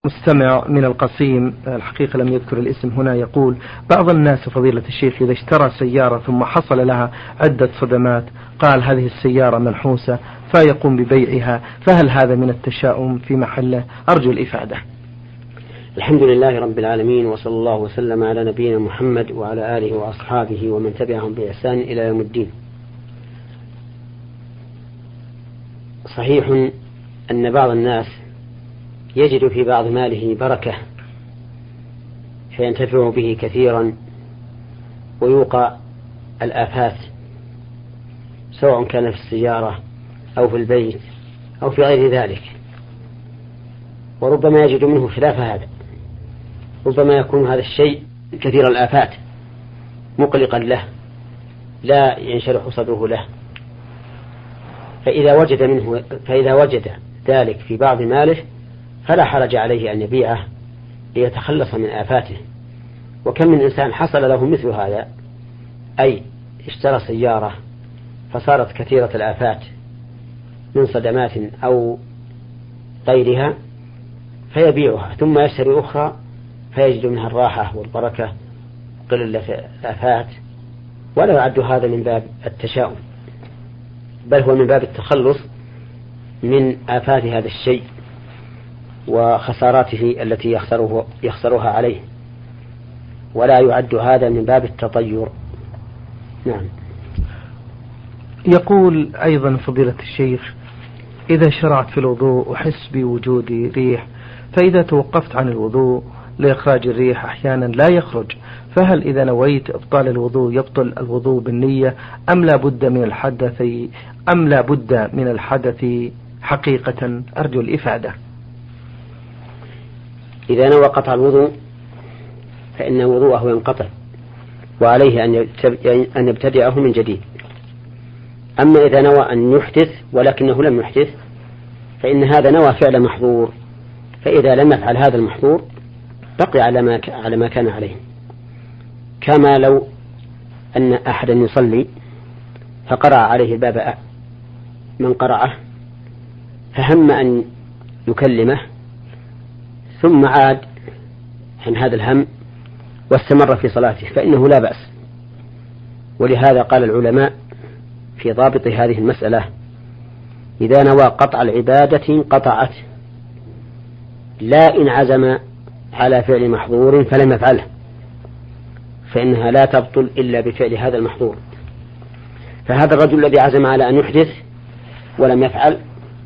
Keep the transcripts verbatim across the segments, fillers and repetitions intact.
مستمع من القصيم، الحقيقة لم يذكر الاسم هنا، يقول: بعض الناس فضيلة الشيخ إذا اشترى سيارة ثم حصل لها عدة صدمات قال هذه السيارة منحوسة فيقوم ببيعها، فهل هذا من التشاؤم في محله؟ أرجو الإفادة. الحمد لله رب العالمين، وصلى الله وسلم على نبينا محمد وعلى آله وأصحابه ومن تبعهم بإحسان إلى يوم الدين. صحيح أن بعض الناس يجد في بعض ماله بركة فينتفع به كثيرا ويوقع الآفات، سواء كان في السيارة أو في البيت أو في غير ذلك، وربما يجد منه خلاف هذا. ربما يكون هذا الشيء كثير الآفات مقلقا له لا ينشرح صدره له، فإذا وجد منه فإذا وجد ذلك في بعض ماله فلا حرج عليه أن يبيعه ليتخلص من آفاته. وكم من إنسان حصل له مثل هذا، أي اشترى سيارة فصارت كثيرة الآفات من صدمات أو غيرها فيبيعها ثم يشتري أخرى فيجد منها الراحة والبركة قلة الآفات، ولا يعد هذا من باب التشاؤم، بل هو من باب التخلص من آفات هذا الشيء وخساراته التي يخسره يخسرها عليه، ولا يعد هذا من باب التطير. نعم. يقول أيضا فضيلة الشيخ: إذا شرعت في الوضوء أحس بوجود ريح، فإذا توقفت عن الوضوء لإخراج الريح أحيانا لا يخرج، فهل إذا نويت إبطال الوضوء يبطل الوضوء بالنية أم لا بد من الحدث أم لا بد من الحدث حقيقة؟ أرجو الإفادة. إذا نوى قطع الوضوء فإن وضوءه ينقطع وعليه أن يبتدئه من جديد. أما إذا نوى أن يحدث ولكنه لم يحدث فإن هذا نوى فعل محظور، فإذا لم يفعل هذا المحظور بقي على ما على ما كان عليه، كما لو أن أحدا يصلي فقرأ عليه الباب من قرأه فهم أن يكلمه ثم عاد عن هذا الهم واستمر في صلاته فإنه لا بأس. ولهذا قال العلماء في ضابط هذه المسألة: إذا نوى قطع العبادة قطعت، لا إن عزم على فعل محظور فلم يفعله، فإنها لا تبطل إلا بفعل هذا المحظور. فهذا الرجل الذي عزم على أن يحدث ولم يفعل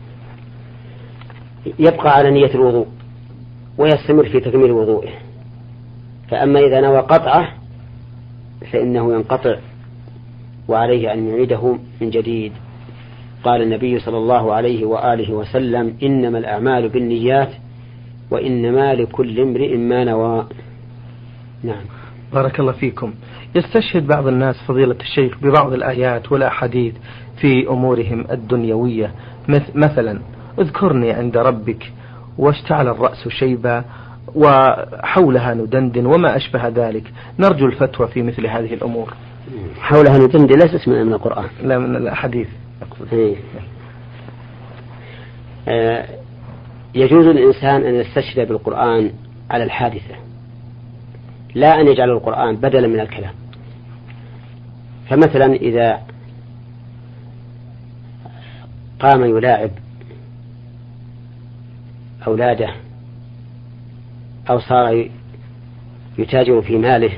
يبقى على نية الوضوء ويستمر في تكميل وضوئه. فأما إذا نوى قطعه فإنه ينقطع وعليه أن يعيده من جديد. قال النبي صلى الله عليه وآله وسلم: إنما الأعمال بالنيات وإنما لكل امرئ ما نوى. نعم. بارك الله فيكم. يستشهد بعض الناس فضيلة الشيخ ببعض الآيات والأحاديث في أمورهم الدنيوية، مثلا: اذكرني عند ربك واشتعل الرأس شيبا وحولها ندندن وما أشبه ذلك. نرجو الفتوى في مثل هذه الأمور. حولها ندندن ليس اسمها من القرآن، لا من الأحاديث. إيه. آه يجوز للإنسان أن يستشهد بالقرآن على الحادثة، لا أن يجعل القرآن بدلا من الكلام. فمثلا إذا قام يلاعب أولاده أو صار يتاجر في ماله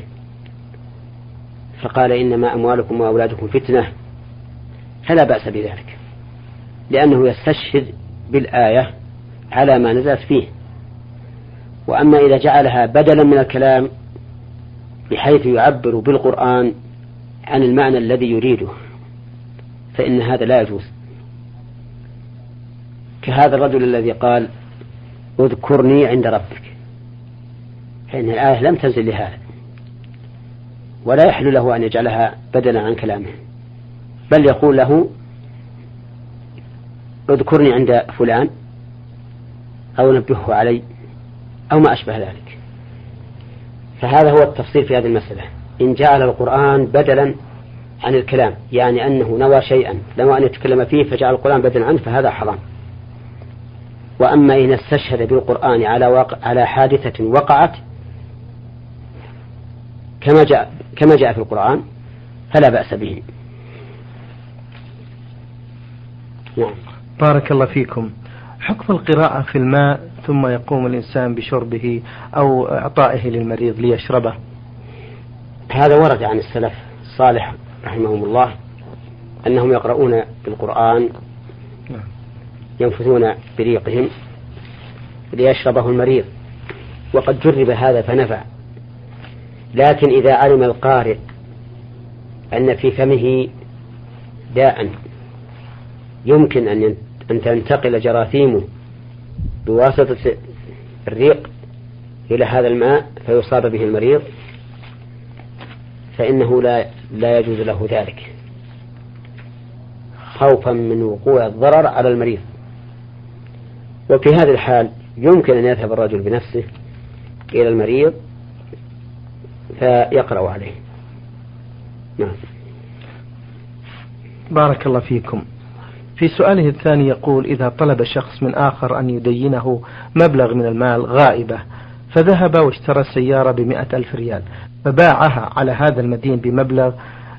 فقال إنما أموالكم وأولادكم فتنة، فلا بأس بذلك، لأنه يستشهد بالآية على ما نزلت فيه. وأما إذا جعلها بدلا من الكلام بحيث يعبر بالقرآن عن المعنى الذي يريده فإن هذا لا يجوز، كهذا الرجل الذي قال: اذكرني عند ربك، فإن الآية لم تنزل لهذا، ولا يحل له أن يجعلها بدلا عن كلامه، بل يقول له: اذكرني عند فلان أو نبهه علي أو ما أشبه ذلك. فهذا هو التفصيل في هذه المسألة. إن جعل القرآن بدلا عن الكلام، يعني أنه نوى شيئا نوى أن يتكلم فيه فجعل القرآن بدلا عنه، فهذا حرام. وأما إن استشهد بالقرآن على واقع على حادثة وقعت كما جاء كما جاء في القرآن فلا بأس به. نعم. بارك الله فيكم. حكم القراءة في الماء ثم يقوم الإنسان بشربه أو إعطائه للمريض ليشربه؟ هذا ورد عن السلف الصالح رحمهم الله أنهم يقرؤون بالقرآن ينفثون بريقهم ليشربه المريض، وقد جرب هذا فنفع. لكن إذا علم القارئ أن في فمه داء يمكن أن تنتقل جراثيمه بواسطة الريق إلى هذا الماء فيصاب به المريض فإنه لا لا يجوز له ذلك، خوفا من وقوع الضرر على المريض. وفي هذه الحال يمكن أن يذهب الرجل بنفسه إلى المريض فيقرأ عليه. نعم. بارك الله فيكم. في سؤاله الثاني يقول: إذا طلب شخص من آخر أن يدينه مبلغ من المال غائبة، فذهب واشترى سيارة بمئة ألف ريال فباعها على هذا المدين بمبلغ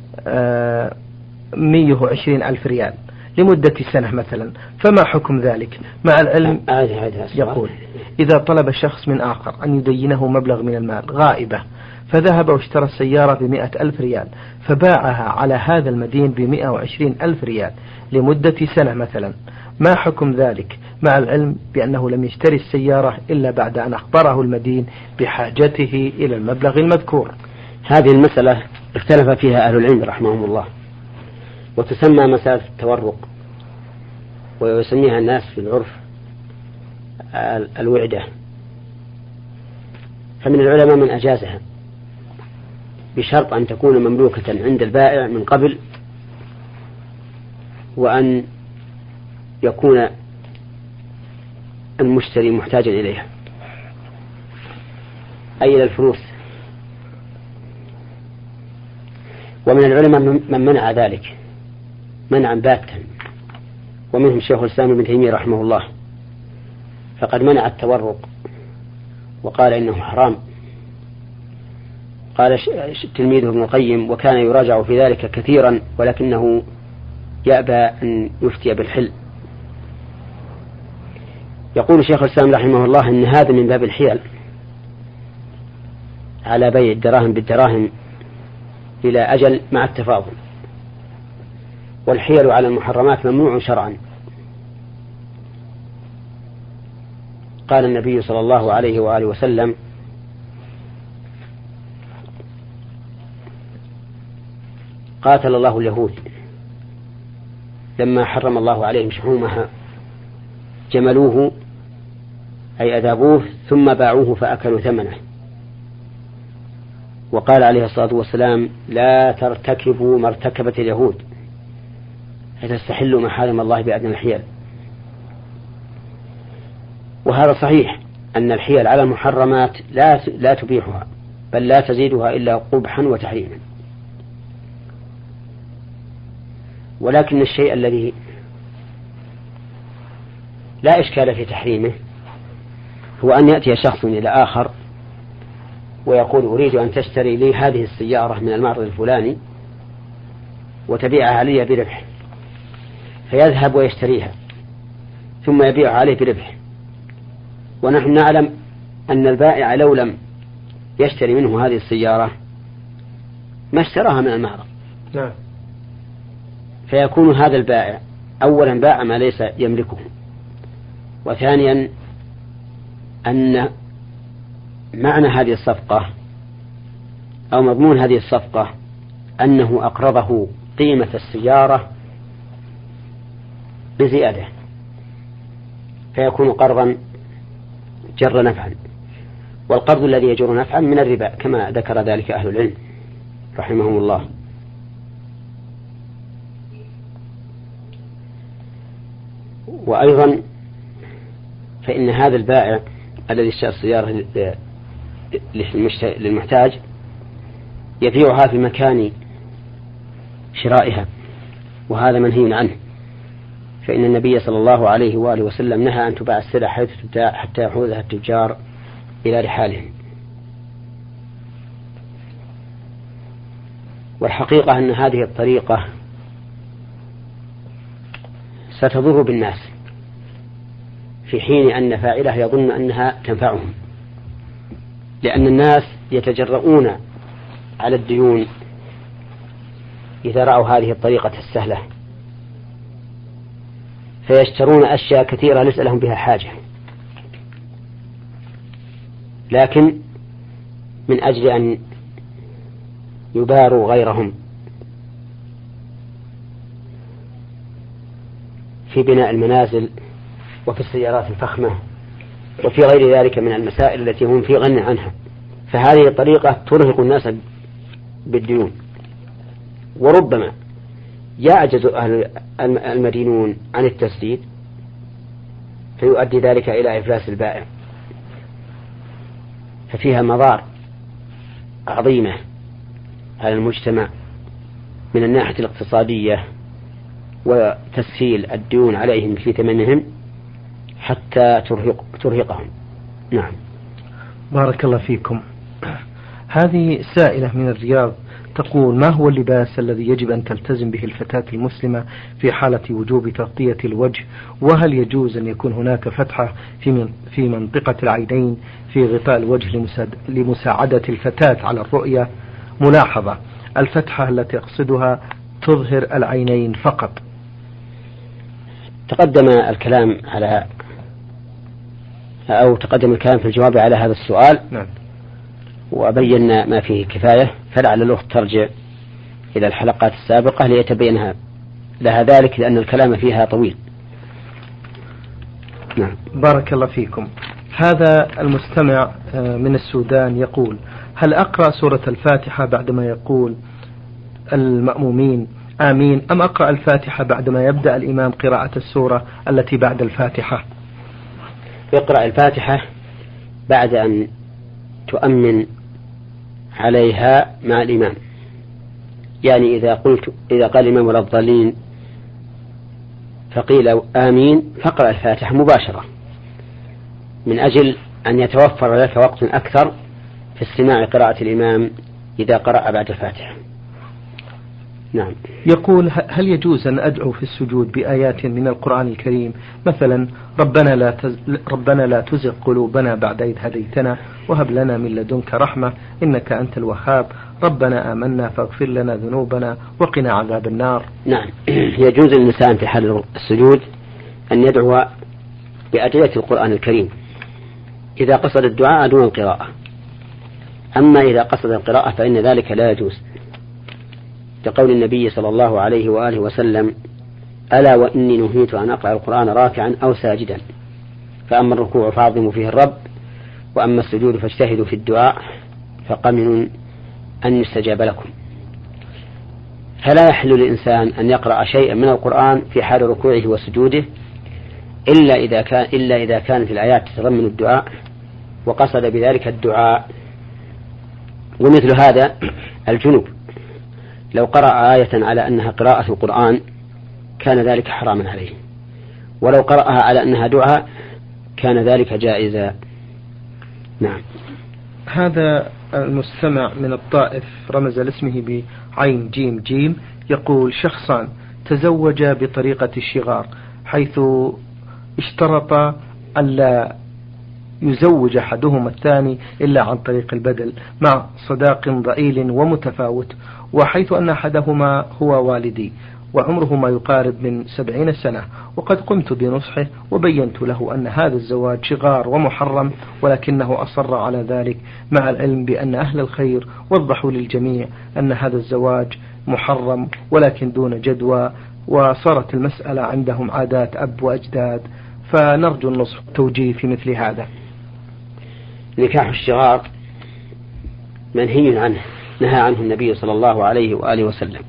مئة وعشرين ألف ريال لمدة سنة مثلا، فما حكم ذلك؟ مع العلم يقول: إذا طلب شخص من آخر أن يدينه مبلغ من المال غائبة فذهب واشترى السيارة بمئة ألف ريال فباعها على هذا المدين بمئة وعشرين ألف ريال لمدة سنة مثلا، ما حكم ذلك؟ مع العلم بأنه لم يشتري السيارة إلا بعد أن أخبره المدين بحاجته إلى المبلغ المذكور. هذه المسألة اختلف فيها أهل العلم رحمهم الله، وتسمى مسألة التورق، ويسميها الناس في العرف الوعدة. فمن العلماء من أجازها بشرط أن تكون مملوكة عند البائع من قبل، وأن يكون المشتري محتاجا إليها أي إلى الفلوس. ومن العلماء من منع ذلك منعا باتا، ومنهم شيخ الإسلام ابن تيمية رحمه الله، فقد منع التورق وقال إنه حرام. قال تلميذه ابن القيم، وكان يراجع في ذلك كثيرا ولكنه يأبى أن يفتي بالحل. يقول شيخ الإسلام رحمه الله إن هذا من باب الحيل على بيع الدراهم بالدراهم إلى أجل مع التفاضل، والحيل على المحرمات ممنوع شرعا. قال النبي صلى الله عليه وآله وسلم: قاتل الله اليهود لما حرم الله عليهم شحومها، جملوه أي أذابوه ثم باعوه فأكلوا ثمنه. وقال عليه الصلاة والسلام: لا ترتكبوا ما ارتكبت اليهود فتستحلوا محارم الله بأدنى الحيل. وهذا صحيح أن الحيل على المحرمات لا لا تبيحها بل لا تزيدها إلا قبحا وتحريما. ولكن الشيء الذي لا إشكال في تحريمه هو أن يأتي شخص إلى آخر ويقول: أريد أن تشتري لي هذه السيارة من المعرض الفلاني وتبيعها علي بربح، فيذهب ويشتريها ثم يبيعها عليه بربح، ونحن نعلم أن البائع لو لم يشتري منه هذه السيارة ما اشتراها من المعرض. نعم. فيكون هذا البائع أولا باع ما ليس يملكه، وثانيا أن معنى هذه الصفقة أو مضمون هذه الصفقة أنه أقرضه قيمة السيارة بزيادة، فيكون قرضا جر نفعا، والقرض الذي يجر نفعا من الربا كما ذكر ذلك أهل العلم رحمهم الله. وأيضا فإن هذا البائع الذي اشترى السيارة للمحتاج يبيعها في مكان شرائها، وهذا منهي عنه، فإن النبي صلى الله عليه وآله وسلم نهى أن تباع السلع حيث تبتاع حتى يحوزها التجار إلى رحالهم. والحقيقة أن هذه الطريقة ستضر بالناس في حين أن فاعله يظن أنها تنفعهم، لأن الناس يتجرؤون على الديون إذا رأوا هذه الطريقة السهلة، فيشترون أشياء كثيرة ليس لهم بها حاجة، لكن من أجل أن يباروا غيرهم في بناء المنازل وفي السيارات الفخمة وفي غير ذلك من المسائل التي هم في غنى عنها، فهذه الطريقة ترهق الناس بالديون. وربما يعجز أهل المدينون عن التسديد فيؤدي ذلك إلى إفلاس البائع، ففيها مضار عظيمة على المجتمع من الناحية الاقتصادية وتسهيل الديون عليهم في ثمنهم حتى ترهق ترهقهم. نعم. بارك الله فيكم. هذه سائلة من الرياض تقول: ما هو اللباس الذي يجب أن تلتزم به الفتاة المسلمة في حالة وجوب تغطية الوجه؟ وهل يجوز أن يكون هناك فتحة في في منطقة العينين في غطاء الوجه لمساعدة الفتاة على الرؤية؟ ملاحظة: الفتحة التي أقصدها تظهر العينين فقط. تقدم الكلام على أو تقدم الكلام في الجواب على هذا السؤال. نعم. وبينا ما فيه كفاية، فلعل الأخت ترجع إلى الحلقات السابقة ليتبينها لها ذلك، لأن الكلام فيها طويل. نعم. بارك الله فيكم. هذا المستمع من السودان يقول: هل أقرأ سورة الفاتحة بعدما يقول المأمومين آمين، أم أقرأ الفاتحة بعدما يبدأ الإمام قراءة السورة التي بعد الفاتحة؟ يقرأ الفاتحة بعد أن تؤمن عليها مع الإمام، يعني إذا قلت إذا قال الإمام ولا الضالين فقيل آمين فقرأ الفاتحة مباشرة، من أجل أن يتوفر لك وقت أكثر في استماع قراءة الإمام إذا قرأ بعد الفاتحة. نعم. يقول: هل يجوز أن أدعو في السجود بآيات من القرآن الكريم، مثلا ربنا لا تز... ربنا لا تزغ قلوبنا بعد إذ هديتنا وهب لنا من لدنك رحمة إنك أنت الوهاب، ربنا آمنا فاغفر لنا ذنوبنا وقنا عذاب النار؟ نعم. يجوز للإنسان في حال السجود أن يدعو بأدعية القرآن الكريم إذا قصد الدعاء دون القراءة، أما إذا قصد القراءة فإن ذلك لا يجوز، كقول النبي صلى الله عليه وآله وسلم: ألا وإني نهيت أن أقرأ القرآن راكعا أو ساجدا، فأما الركوع فاعظموا فيه الرب، وأما السجود فاجتهدوا في الدعاء فقمن أن يستجاب لكم. فلا يحل للإنسان أن يقرأ شيئا من القرآن في حال ركوعه وسجوده إلا إذا كان إلا إذا كانت الآيات تتضمن الدعاء وقصد بذلك الدعاء. ومثل هذا الجنوب لو قرأ آية على أنها قراءة القرآن كان ذلك حراما عليه، ولو قرأها على أنها دعاء كان ذلك جائزا. نعم. هذا المستمع من الطائف رمز لاسمه بعين جيم جيم يقول: شخصان تزوجا بطريقة الشغار، حيث اشترط ألا يزوج أحدهما الثاني إلا عن طريق البدل مع صداق ضئيل ومتفاوت، وحيث أن أحدهما هو والدي وعمره ما يقارب من سبعين سنة، وقد قمت بنصحه وبينت له أن هذا الزواج شغار ومحرم، ولكنه أصر على ذلك مع العلم بأن أهل الخير وضحوا للجميع أن هذا الزواج محرم ولكن دون جدوى، وصارت المسألة عندهم عادات أب وأجداد، فنرجو النصح والتوجيه في مثل هذا. نكاح الشغار منهي عنه، نهى عنه النبي صلى الله عليه وآله وسلم.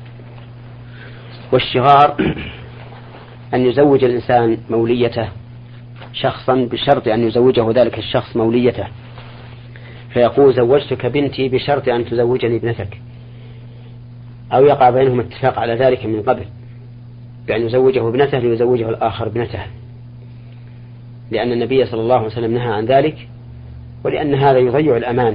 والشغار أن يزوج الإنسان موليته شخصا بشرط أن يزوجه ذلك الشخص موليته، فيقول: زوجتك بنتي بشرط أن تزوجني ابنتك، أو يقع بينهم اتفاق على ذلك من قبل، بأن يزوجه ابنته ليزوجه الآخر ابنته، لأن النبي صلى الله عليه وسلم نهى عن ذلك، ولأن هذا يضيع الأمانة،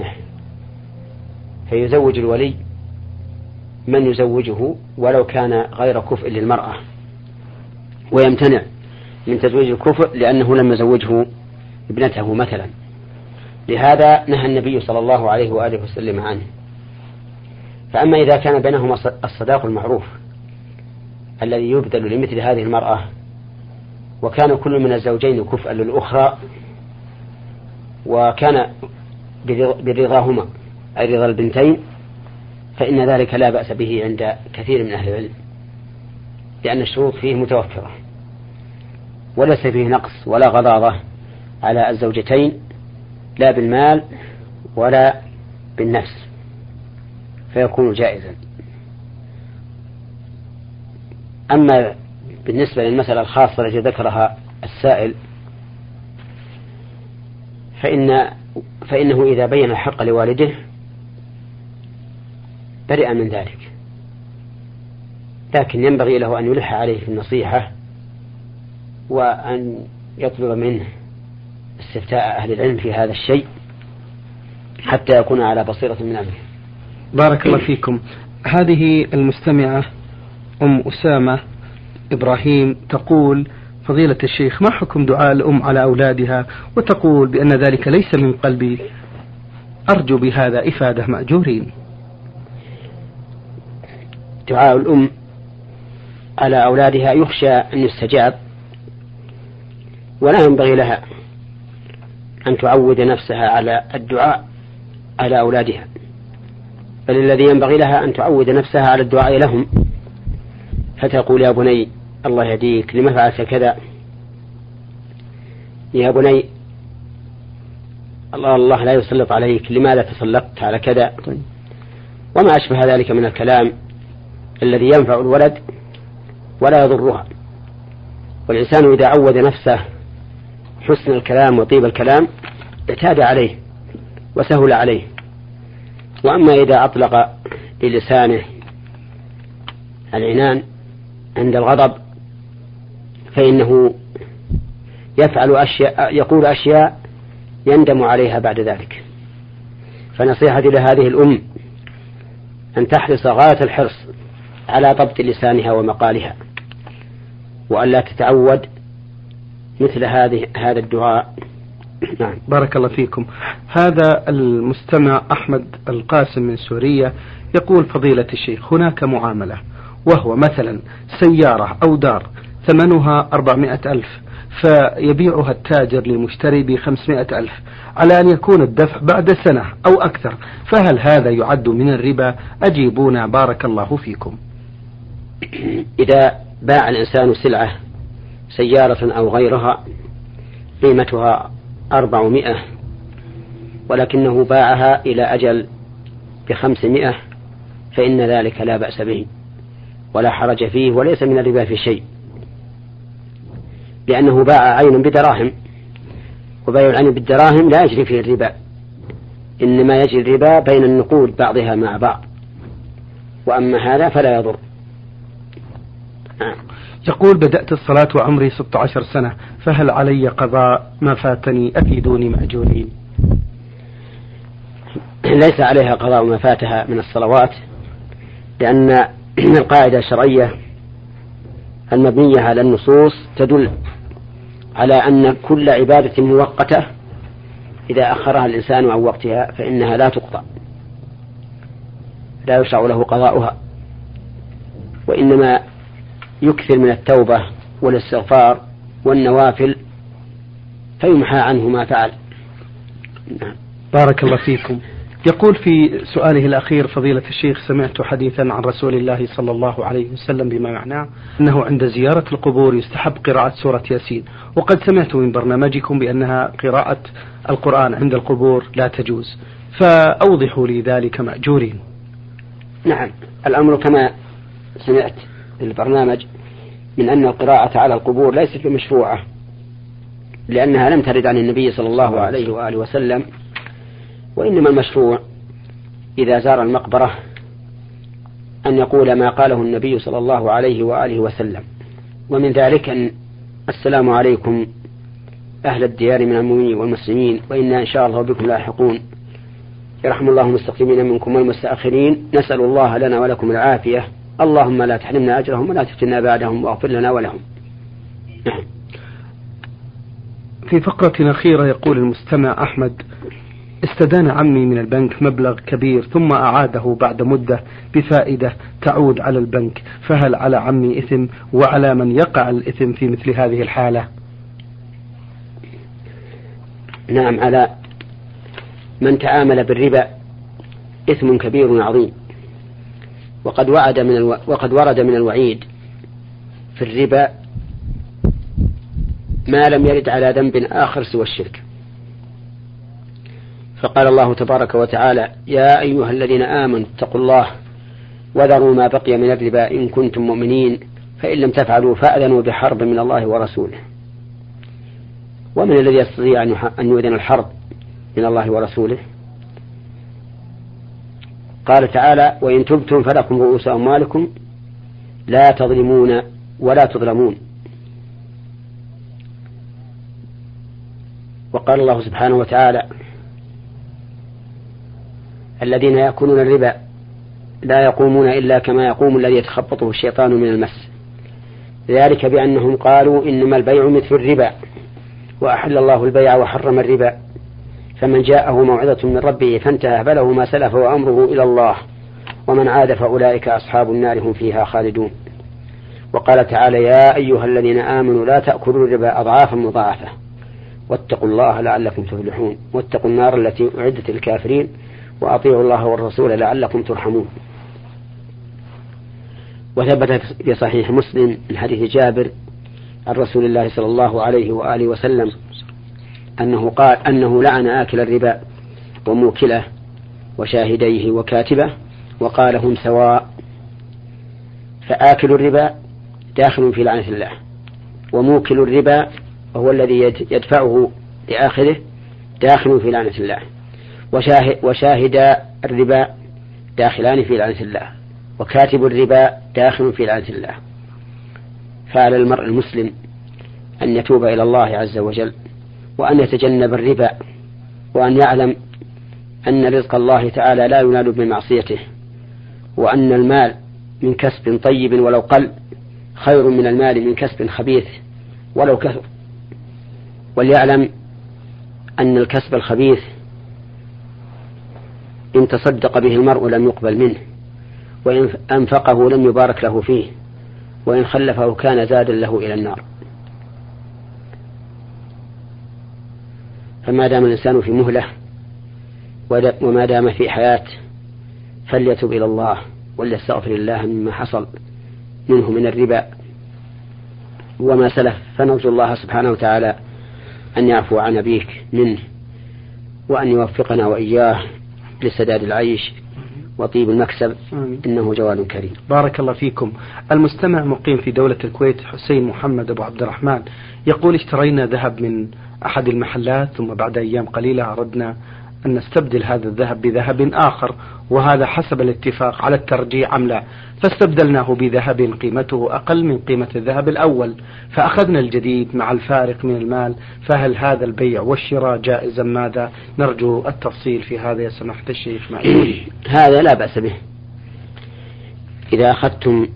فيزوج الولي من يزوجه ولو كان غير كفء للمرأة، ويمتنع من تزويج الكفء لأنه لم يزوجه ابنته مثلا. لهذا نهى النبي صلى الله عليه وآله وسلم عنه. فأما إذا كان بينهما الصداق المعروف الذي يبذل لمثل هذه المرأة، وكان كل من الزوجين كفءا للأخرى، وكان برضاهما أي رضا البنتين، فإن ذلك لا بأس به عند كثير من أهل العلم، لأن الشروط فيه متوفرة، وليس فيه نقص ولا غضاضة على الزوجتين، لا بالمال ولا بالنفس، فيكون جائزا. أما بالنسبة للمسألة الخاصة التي ذكرها السائل، فإن فإنه إذا بين الحق لوالده برئ من ذلك، لكن ينبغي له أن يلح عليه في النصيحة، وأن يطلب منه استفتاء أهل العلم في هذا الشيء حتى يكون على بصيرة من أمره. بارك الله فيكم. هذه المستمعة أم أسامة إبراهيم تقول: فضيلة الشيخ، ما حكم دعاء الأم على أولادها؟ وتقول بأن ذلك ليس من قلبي، أرجو بهذا إفادة مأجورين. دعاء الأم على أولادها يخشى أن يستجاب، ولا ينبغي لها أن تعود نفسها على الدعاء على أولادها، بل الذي ينبغي لها أن تعود نفسها على الدعاء لهم، فتقول: يا بني الله يهديك، لما فعلت كذا؟ يا بني الله الله لا يسلط عليك، لماذا تسلطت على كذا؟ وما أشبه ذلك من الكلام الذي ينفع الولد ولا يضرها. والإنسان إذا عود نفسه حسن الكلام وطيب الكلام اعتاد عليه وسهل عليه. وأما إذا أطلق للسانه العنان عند الغضب فإنه يفعل أشياء يقول أشياء يندم عليها بعد ذلك. فنصيحتي لهذه الأم أن تحرص غاية الحرص على ضبط لسانها ومقالها، وأن لا تتعود مثل هذه هذا الدعاء. نعم. بارك الله فيكم. هذا المستمع أحمد القاسم من سوريا يقول: فضيلة الشيخ، هناك معاملة، وهو مثلا سيارة أو دار ثمنها أربعمائة ألف، فيبيعها التاجر للمشتري بخمسمائة ألف، على أن يكون الدفع بعد سنة أو أكثر، فهل هذا يعد من الربا؟ أجيبونا بارك الله فيكم. إذا باع الإنسان سلعة سيارة أو غيرها قيمتها أربعمائة، ولكنه باعها إلى أجل بخمسمائة، فإن ذلك لا بأس به ولا حرج فيه، وليس من الربا في شيء، لأنه باع عين بدراهم، وبيع العين بالدراهم لا يجري فيه الربا، إنما يجري الربا بين النقود بعضها مع بعض، وأما هذا فلا يضر. يقول: بدأت الصلاة وعمري ستة عشر سنة، فهل علي قضاء ما فاتني؟ أفيدوني مأجورين. ليس عليها قضاء ما فاتها من الصلوات، لأن القاعدة الشرعية المبنية على النصوص تدل على أن كل عبادة مؤقتة إذا أخرها الإنسان عن وقتها فإنها لا تقضى، لا يشرع له قضاؤها، وإنما يكثر من التوبة والاستغفار والنوافل فيمحى عنه ما فعل. بارك الله فيكم. يقول في سؤاله الأخير: فضيلة الشيخ، سمعت حديثا عن رسول الله صلى الله عليه وسلم بما معناه أنه عند زيارة القبور يستحب قراءة سورة ياسين، وقد سمعت من برنامجكم بأنها قراءة القرآن عند القبور لا تجوز، فأوضحوا لي ذلك مأجورين. نعم، الأمر كما سمعت البرنامج من أن القراءة على القبور ليست بمشروعة، لأنها لم ترد عن النبي صلى الله عليه وآله وسلم، وإنما المشروع إذا زار المقبرة أن يقول ما قاله النبي صلى الله عليه وآله وسلم، ومن ذلك أن السلام عليكم أهل الديار من المؤمنين والمسلمين وإنا إن شاء الله بكم لاحقون، يرحم الله المستقدمين منكم والمستأخرين، نسأل الله لنا ولكم العافية، اللهم لا تحرمنا أجرهم ولا تفتنا بعدهم واغفر لنا ولهم. نعم. في فقرة أخيرة يقول المستمع أحمد: استدان عمي من البنك مبلغ كبير ثم أعاده بعد مدة بفائدة تعود على البنك، فهل على عمي إثم وعلى من يقع الإثم في مثل هذه الحالة؟ نعم، على من تعامل بالربا إثم كبير عظيم، وقد وعد من الو... وقد ورد من الوعيد في الربا ما لم يرد على ذنب آخر سوى الشرك. فقال الله تبارك وتعالى: يا أيها الذين آمنوا اتقوا الله وذروا ما بقي من الربا إن كنتم مؤمنين فإن لم تفعلوا فأذنوا بحرب من الله ورسوله. ومن الذي يستطيع أن يؤذن الحرب من الله ورسوله؟ قال تعالى: وإن تبتم فلكم رؤوس أموالكم لا تظلمون ولا تظلمون. وقال الله سبحانه وتعالى: الذين يأكلون الربا لا يقومون إلا كما يقوم الذي يتخبطه الشيطان من المس، ذلك بأنهم قالوا إنما البيع مثل الربا وأحل الله البيع وحرم الربا، فمن جاءه موعظة من ربه فانتهى فله ما سلف وأمره إلى الله ومن عاد فأولئك أصحاب النار هم فيها خالدون. وقال تعالى: يا أيها الذين آمنوا لا تأكلوا الربا أضعافا مضاعفة واتقوا الله لعلكم تفلحون واتقوا النار التي أعدت للكافرين وأطيعوا الله والرسول لعلكم ترحمون. وثبت في صحيح مسلم من حديث جابر عن رسول الله صلى الله عليه وآله وسلم أنه قال أنه لعن آكل الربا وموكله وشاهديه وكاتبه وقال: هم سواء. فآكل الربا داخل في لعنة الله، وموكل الربا وهو الذي يدفعه لآخره داخل في لعنة الله، وشاهد الربا داخلان في لعنة الله، وكاتب الربا داخل في لعنة الله. فعلى المرء المسلم أن يتوب إلى الله عز وجل وأن يتجنب الربا، وأن يعلم أن رزق الله تعالى لا ينال بمعصيته، وأن المال من كسب طيب ولو قل خير من المال من كسب خبيث ولو كثر. وليعلم أن الكسب الخبيث إن تصدق به المرء لم يقبل منه، وإن أنفقه لم يبارك له فيه، وإن خلفه كان زادا له إلى النار. فما دام الإنسان في مهلة وما دام في حياة فليتب إلى الله وليستغفر الله مما حصل منه من الربا وما سلف، فنرجو الله سبحانه وتعالى أن يعفو عن أبيك منه، وأن يوفقنا وإياه لسداد العيش وطيب المكسب، إنه جواد كريم. بارك الله فيكم. المستمع مقيم في دولة الكويت حسين محمد أبو عبد الرحمن يقول: اشترينا ذهب من أحد المحلات ثم بعد أيام قليلة أردنا أن نستبدل هذا الذهب بذهب آخر، وهذا حسب الاتفاق على الترجيع أم لا، فاستبدلناه بذهب قيمته أقل من قيمة الذهب الأول، فأخذنا الجديد مع الفارق من المال، فهل هذا البيع والشراء جائزا؟ ماذا؟ نرجو التفصيل في هذا يا سماحة الشيخ معي. هذا لا بأس به. إذا أخذتم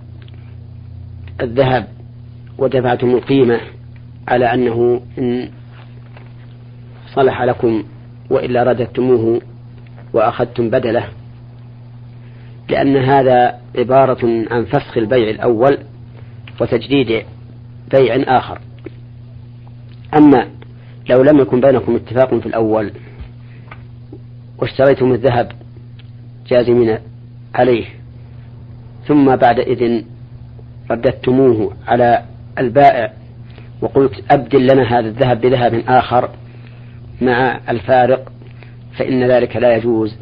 الذهب ودفعتم القيمة على أنه إن صلح لكم وإلا رددتموه وأخذتم بدله، لأن هذا عبارة عن فسخ البيع الأول وتجديد بيع آخر. أما لو لم يكن بينكم اتفاق في الأول واشتريتم الذهب جازمين عليه ثم بعد إذن رددتموه على البائع وقلت أبدل لنا هذا الذهب بذهب آخر مع الفارق، فإن ذلك لا يجوز،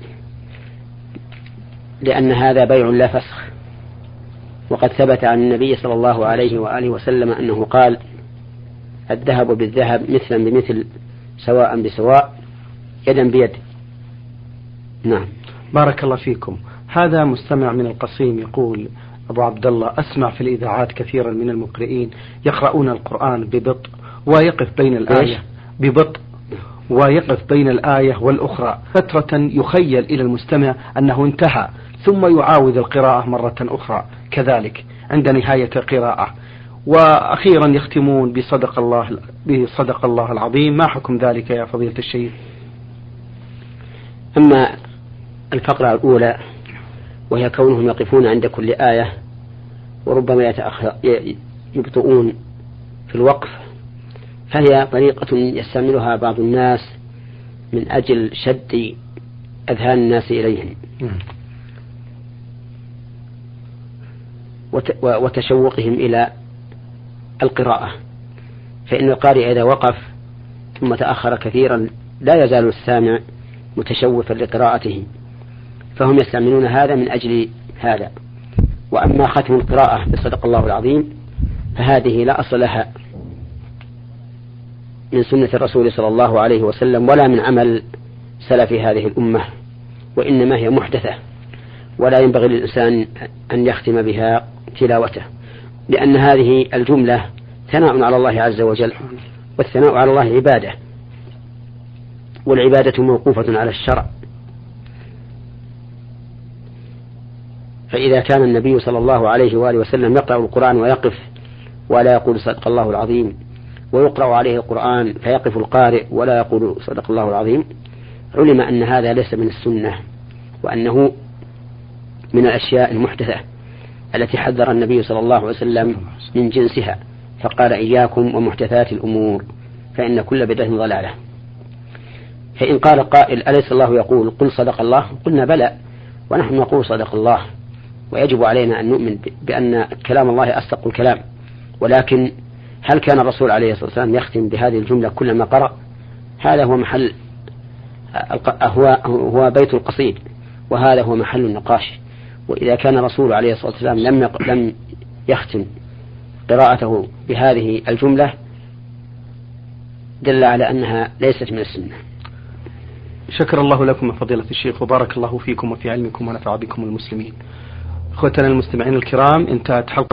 لأن هذا بيع لا فسخ. وقد ثبت عن النبي صلى الله عليه وآله وسلم أنه قال: الذهب بالذهب مثلا بمثل سواء بسواء يدا بيد. نعم. بارك الله فيكم. هذا مستمع من القصيم يقول: أبو عبد الله، أسمع في الإذاعات كثيرا من المقرئين يقرؤون القرآن ببطء ويقف بين الآية ببطء ويقف بين الآية والأخرى فترة، يخيل إلى المستمع أنه انتهى ثم يعاود القراءة مرة أخرى كذلك عند نهاية القراءة، وأخيرا يختمون بصدق الله بصدق الله العظيم. ما حكم ذلك يا فضيلة الشيخ؟ أما الفقرة الأولى وهي كونهم يقفون عند كل آية وربما يتأخر يبطئون في الوقف، فهي طريقة يستعملها بعض الناس من أجل شد أذهان الناس إليهم وتشوقهم إلى القراءة، فإن القارئ إذا وقف ثم تأخر كثيرا لا يزال السامع متشوفا لقراءته، فهم يستعملون هذا من أجل هذا. وأما ختم القراءة بصدق الله العظيم فهذه لا أصل لها من سنة الرسول صلى الله عليه وسلم ولا من عمل سلف هذه الأمة، وإنما هي محدثة ولا ينبغي للإنسان أن يختم بها تلاوته، لأن هذه الجملة ثناء على الله عز وجل، والثناء على الله عبادة، والعبادة موقوفة على الشرع. فإذا كان النبي صلى الله عليه وآله وسلم يقرأ القرآن ويقف ولا يقول صدق الله العظيم، ويقرأ عليه القرآن فيقف القارئ ولا يقول صدق الله العظيم، علم أن هذا ليس من السنة، وأنه من الأشياء المحدثة التي حذر النبي صلى الله عليه وسلم من جنسها، فقال إياكم ومحدثات الأمور فإن كل بدعة ضلالة. فإن قال قائل أليس الله يقول قل صدق الله؟ قلنا بلى، ونحن نقول صدق الله، ويجب علينا أن نؤمن بأن كلام الله أصدق الكلام، ولكن هل كان الرسول عليه الصلاة والسلام يختم بهذه الجملة كلما قرأ؟ هذا هو محل هو, هو بيت القصيد، وهذا هو محل النقاش. وإذا كان الرسول عليه الصلاة والسلام لم لم يختم قراءته بهذه الجملة دل على أنها ليست من السنة. شكر الله لكم فضيلة الشيخ، وبارك الله فيكم وفي علمكم ونفع بكم المسلمين. أخوتنا المستمعين الكرام، انتهت حلقة